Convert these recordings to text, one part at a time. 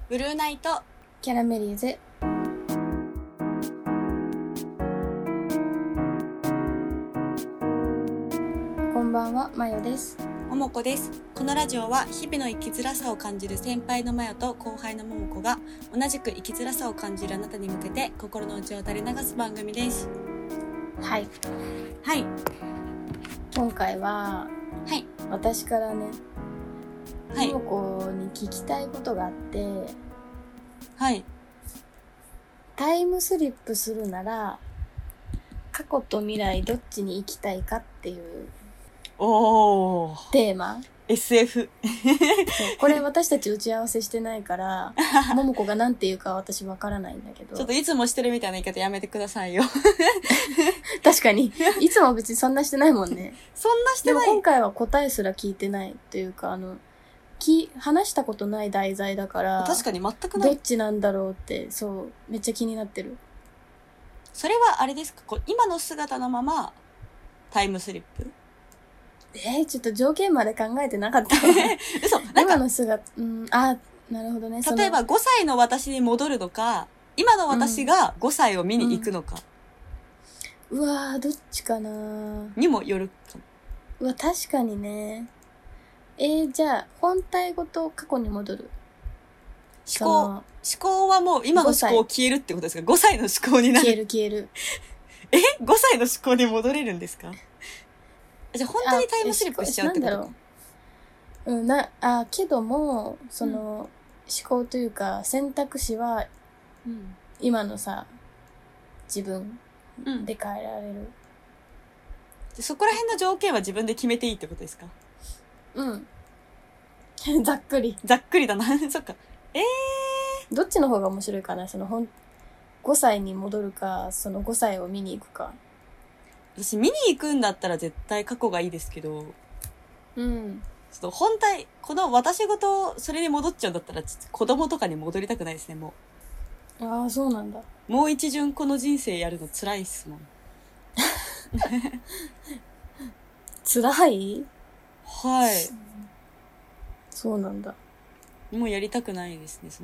ブルーナイトキャラメリーゼ。こんばんは、まよです。 ももこです。このラジオは日々の生きづらさを感じる先輩のまよと後輩のももこが同じく生きづらさを感じるあなたに向けて心の内を垂れ流す番組です。 はいはい。 今回ははい。 私からね、 はい。 ももこに聞きたいことがあって、 はい。 タイムスリップするなら過去と未来どっちに行きたいかっていうおー。 テーマ。 SF。 そうこれ私たち打ち合わせしてないからももこがなんて言うか私わからないんだけど、 ちょっといつもしてるみたいな言い方やめてくださいよ。 確かにいつも別にそんなしてないもんね。 そんなしてない。 でも今回は答えすら聞いてないというか、話したことない題材だから、 確かに全くない。 どっちなんだろうって、そう、めっちゃ気になってる。 それはあれですか、こう今の姿のままタイムスリップ？ ちょっと条件まで考えてなかったわ。 嘘。なん今かの姿、なるほどね。 例えば5歳の私に戻るのか、今の私が5歳を見に行くのか、 うわー、どっちかなにもよるかも。 うわ、確かにね。じゃあ、本体ごと過去に戻る。 思考はもう今の思考消えるってことですか？ 5 歳の思考になる。 消える。 5歳の思考に戻れるんですか？じゃあ本当にタイムスリップしちゃうってこと？ なんだろう。けども、思考というか選択肢は、今のさ、自分で変えられる。 そこら辺の条件は自分で決めていいってことですか？ ざっくりだな。そっか。 どっちの方が面白いかな5歳に戻るか、その5歳を見に行くか。 私見に行くんだったら絶対過去がいいですけど、ちょっと本体、この私ごとそれに戻っちゃうんだったら、子供とかに戻りたくないですね、もう。ああ、そうなんだ。 もう一巡この人生やるの辛いっすもん。 辛い？ はい。 そうなんだ。 もうやりたくないですね。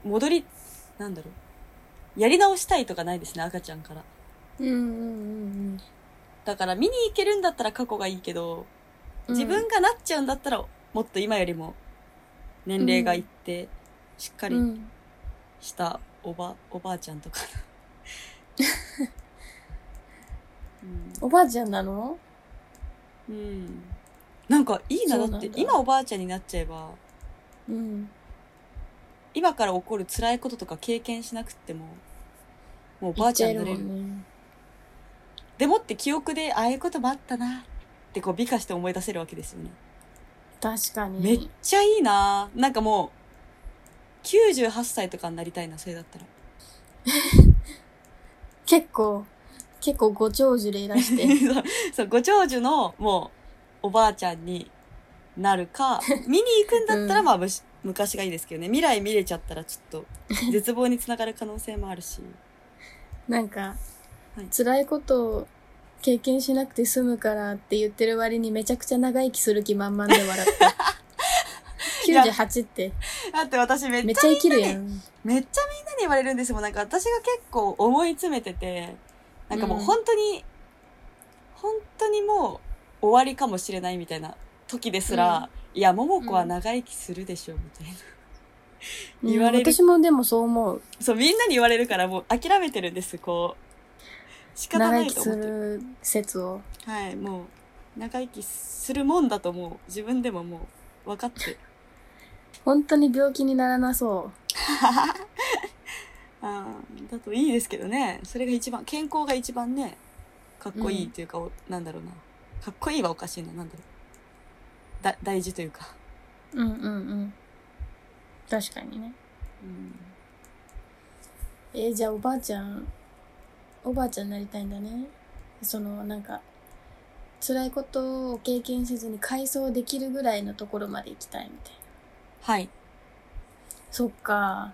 やり直したいとかないですね、赤ちゃんから。だから見に行けるんだったら過去がいいけど、自分がなっちゃうんだったらもっと今よりも年齢がいってしっかりしたおばあちゃんとかおばあちゃんなの？ なんかいいな。だって今おばあちゃんになっちゃえば、今から起こる辛いこととか経験しなくってももうおばあちゃんになれる。でもって記憶でああいうこともあったなってこう美化して思い出せるわけですよね。 確かに。 めっちゃいいな。なんかもう98歳とかになりたいな、それだったら。 結構ご長寿でいらしてそうご長寿のもうおばあちゃんになるか、見に行くんだったらまあ、昔がいいですけどね。未来見れちゃったらちょっと絶望につながる可能性もあるし。 なんか、辛いことを経験しなくて済むからって言ってる割にめちゃくちゃ長生きする気満々で笑った98ってだって私めっちゃ生きるやん。 めっちゃみんなに言われるんですよ。なんか私が結構思い詰めてて、なんかもう本当にもう終わりかもしれないみたいな時ですら、いや桃子は長生きするでしょみたいな、言われる。 私もでもそう思う。 そう、みんなに言われるからもう諦めてるんです。こう仕方ないと思ってる。 長生きする説を。 はい、もう長生きするもんだと思う。自分でももう分かってる。 本当に病気にならなそうだといいですけどね。それが一番、健康が一番ねかっこいいというか、なんだろうな、かっこいいはおかしいな、なんだろう、大事というか。 確かにね。じゃあおばあちゃんになりたいんだね。なんか辛いことを経験せずに回想できるぐらいのところまで行きたいみたいな。 はい。 そっか。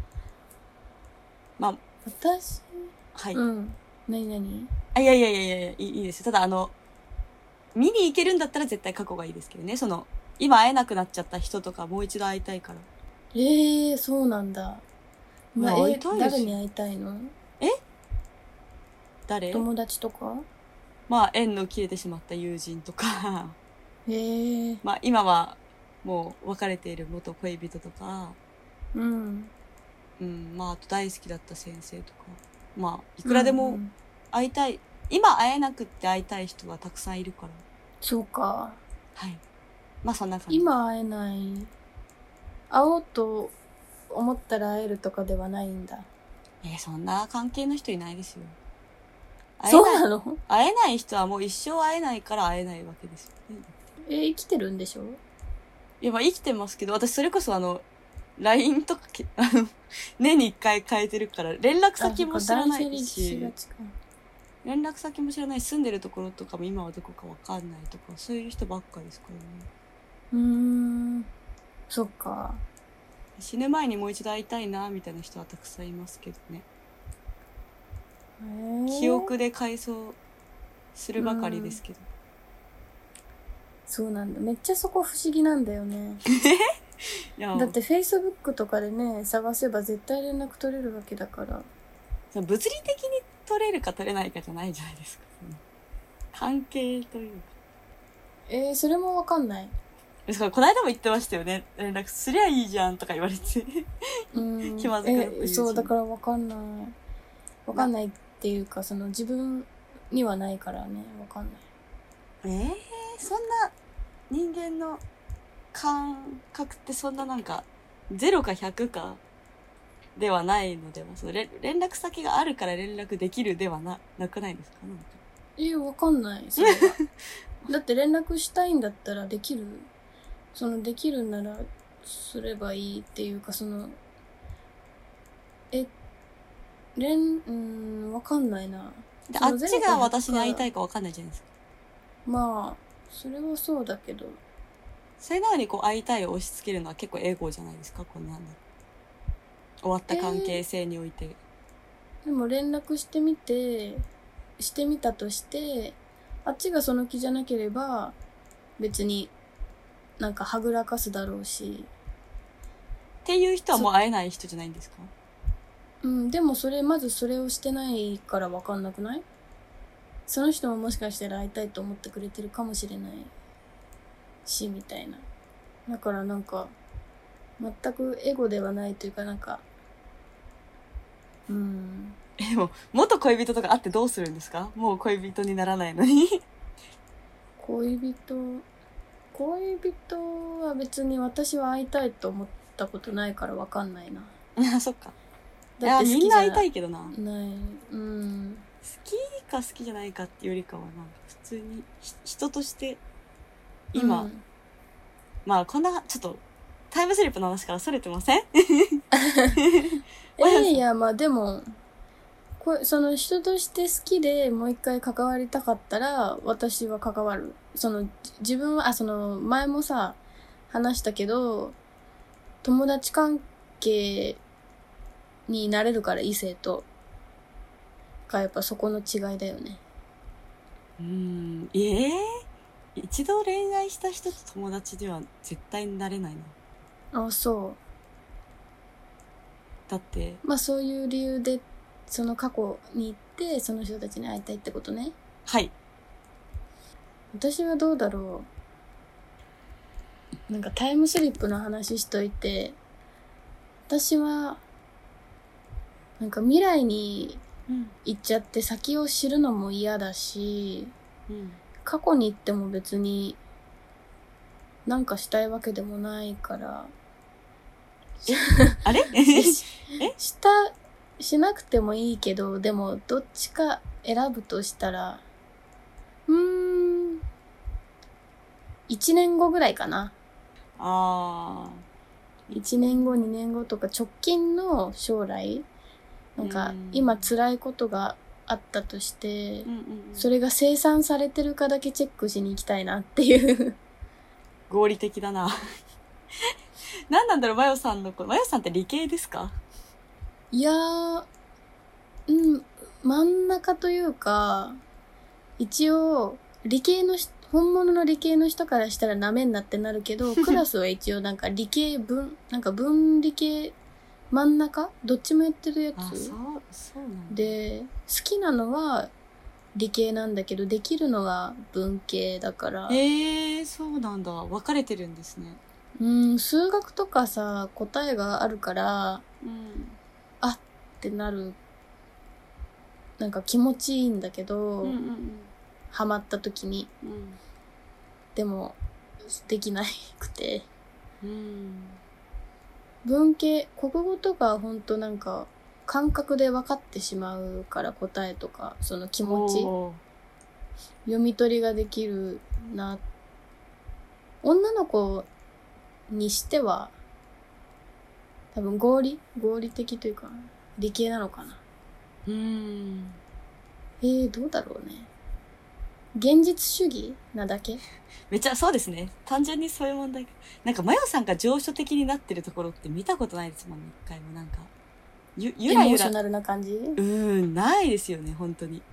まあ私、 はい。 何？ いやいいですよ。ただ見に行けるんだったら絶対過去がいいですけどね。今会えなくなっちゃった人とかもう一度会いたいから。 そうなんだ。まあ、 会いたいです誰に会いたいの？ 誰？ 友達とか？ まあ縁の切れてしまった友人とかまあ今はもう別れている元恋人とか、 うん。 まああと大好きだった先生とか、まあいくらでも会いたい、今会えなくって会いたい人はたくさんいるから。 そうか。 はい。まあそんな感じ。 今会えない。会おうと思ったら会えるとかではないんだ。 そんな関係の人いないですよ。 そうなの？ 会えない人はもう一生会えないから会えないわけですよね。 生きてるんでしょ？ いや、まあ生きてますけど、私それこそLINE とか年に1回変えてるから、連絡先も知らないし、連絡先も知らない、住んでるところとかも今はどこかわかんないとか、そういう人ばっかですからね。そっか。 死ぬ前にもう一度会いたいなみたいな人はたくさんいますけどね。記憶で回想するばかりですけど。 そうなんだ。めっちゃそこ不思議なんだよね。だって Facebook とかでね、探せば絶対連絡取れるわけだから。 物理的に取れるか取れないかじゃないじゃないですか。関係というか。それもわかんない。 この間も言ってましたよね。連絡すりゃいいじゃんとか言われて。気まずくなったそう、だからわかんない。わかんないっていうか、自分にはないからね、わかんない。 そんな人間の感覚ってそんななんか0か100かではないのでは、連絡先があるから連絡できるではなくないですか？なんかわかんない。それはだって連絡したいんだったらできる。できるならすればいいっていうか、わかんないな。 あっちが私に会いたいかわかんないじゃないですか。 まあ、それはそうだけど。 それなのに会いたいを押し付けるのは結構エゴじゃないですか、こんなんだ。終わった関係性において。 でも連絡してみたとして、あっちがその気じゃなければ、別になんかはぐらかすだろうし。 っていう人はもう会えない人じゃないんですか？ でもまずそれをしてないから分かんなくない？その人ももしかしたら会いたいと思ってくれてるかもしれないし、みたいな。だからなんか、全くエゴではないというか、なんか、 でも、元恋人とか会ってどうするんですか？もう恋人にならないのに。 恋人は別に私は会いたいと思ったことないから分かんないな。 あ、そっか。だってみんな会いたいけどな。 好きか好きじゃないかっていうよりかは、なんか普通に人として今、まあこんなちょっとタイムスリップの話からそれてません？ いや、まあでも人として好きでもう一回関わりたかったら私は関わる。自分は前もさ話したけど、友達関係になれるから、異性とがやっぱそこの違いだよね。 一度恋愛した人と友達では絶対になれないな。 あ、そう。 だってまあそういう理由で過去に行ってその人たちに会いたいってことね。 はい。 私はどうだろう。なんかタイムスリップの話しといて、私はなんか未来に行っちゃって先を知るのも嫌だし、過去に行っても別になんかしたいわけでもないからあれしなくてもいいけど、でもどっちか選ぶとしたら1年後ぐらいかな。1年後2年後とか直近の将来、なんか今辛いことがあったとして、それが清算されてるかだけチェックしに行きたいなっていう合理的だな。何なんだろう、マヨさんって理系ですか？ いやー、真ん中というか、一応理系の本物の理系の人からしたらなめんなってなるけど、クラスは一応なんか理系なんか文理系真ん中どっちもやってるやつそうなんだ。 で、好きなのは理系なんだけど、できるのは文系だから。 そうなんだ。分かれてるんですね。 数学とかさ、答えがあるから、あってなる、なんか気持ちいいんだけど、ハマった時に、でもできなくて、文系国語とかほんとなんか感覚で分かってしまうから答えとかその気持ち読み取りができるな。女の子にしては多分合理的というか理系なのかな。どうだろうね。現実主義なだけ。 めっちゃそうですね。単純にそういう問題。なんかマヨさんが上書的になってるところって見たことないですもんね。一回もなんかゆらゆらエモーショナルな感じ。 ないですよね本当に。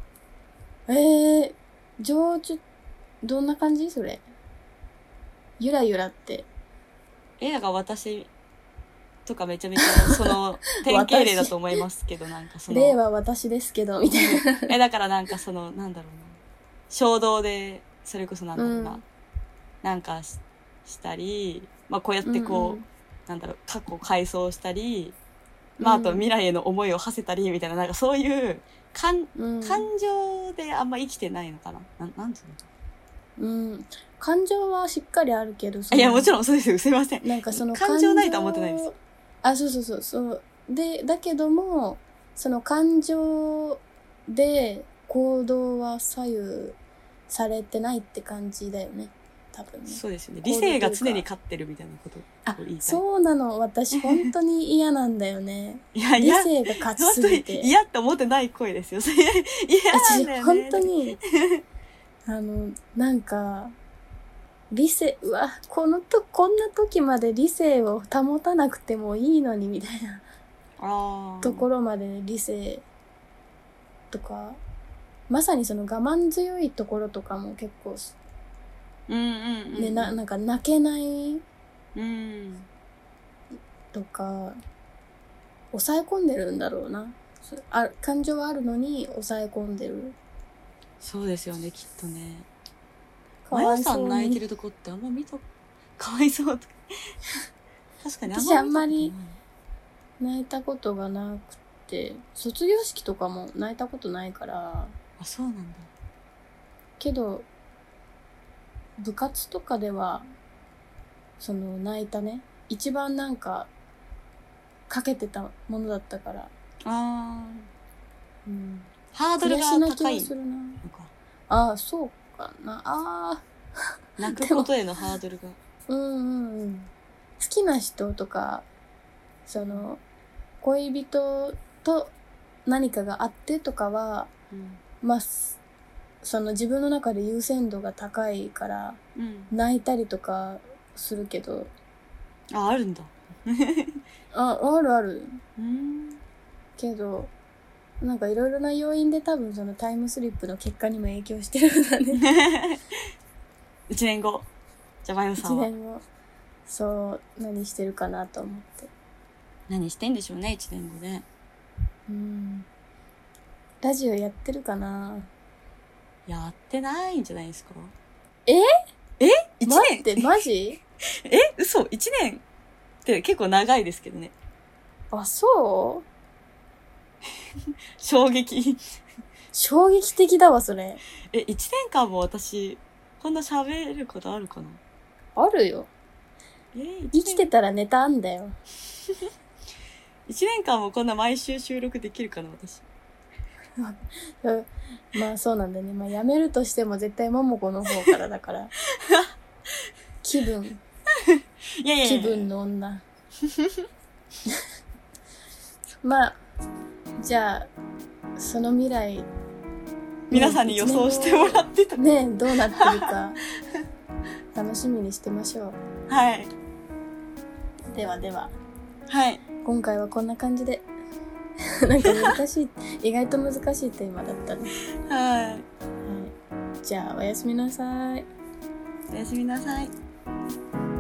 上手どんな感じそれ。ゆらゆらって。 なんか私とかめちゃめちゃその典型例だと思いますけどなんかその例は私ですけどみたいな。 だからなんかそのなんだろうな衝動でそれこそなんだろうな、なんかしたり、まあこうやってこう、なんだろう過去を回想したり、まああと未来への思いを馳せたりみたいななんかそういう感情であんま生きてないのかな。なんていうの？感情はしっかりあるけど、 いやもちろんそうですよ。すいません。 なんかその感情ないとは思ってないです。 そうでだけどもその感情で行動は左右されてないって感じだよね多分ね。 そうですよね。理性が常に勝ってるみたいなことを言いたい。 そうなの。私本当に嫌なんだよね。理性が勝ちすぎて嫌って思ってない声ですよ。嫌なんだよね。 本当になんか理性こんな時まで理性を保たなくてもいいのにみたいなところまで理性とかまさにその我慢強いところとかも結構ね、なんか泣けないとか抑え込んでるんだろうな。感情はあるのに抑え込んでる。 そうですよねきっとね。マヨさん泣いてるとこってあんまかわいそうと確かに私あんまり泣いたことがなくて卒業式とかも泣いたことないから。 そうなんだ。 けど部活とかではその泣いたね。一番なんかかけてたものだったから。 ハードルが高いのか。そうかな。 泣くことへのハードルが好きな人とかその恋人と何かがあってとかは、まあその自分の中で優先度が高いから、泣いたりとかするけど。 あるんだ。 ある。けどなんかいろいろな要因で多分そのタイムスリップの結果にも影響してるんだね。 1年後じゃあマヨさんは 1年後そう何してるかなと思って。 何してんでしょうね1年後ね。 ラジオやってるかな。 やってないんじゃないですか。 1年待ってマジ嘘1年って結構長いですけどね。 そう衝撃的だわそれ。 1年間も私こんな喋ることあるかな。 あるよ。生きてたらネタあんだよ。 1年間もこんな毎週収録できるかな私。 まあそうなんだね。まあやめるとしても絶対ももこの方からだから気分気分の女まあじゃあその未来皆さんに予想してもらってたねどうなってるか楽しみにしてましょう。はいでははい今回はこんな感じでなんか難しい意外と難しいテーマだったね。 はい、 じゃあおやすみなさい。 おやすみなさい。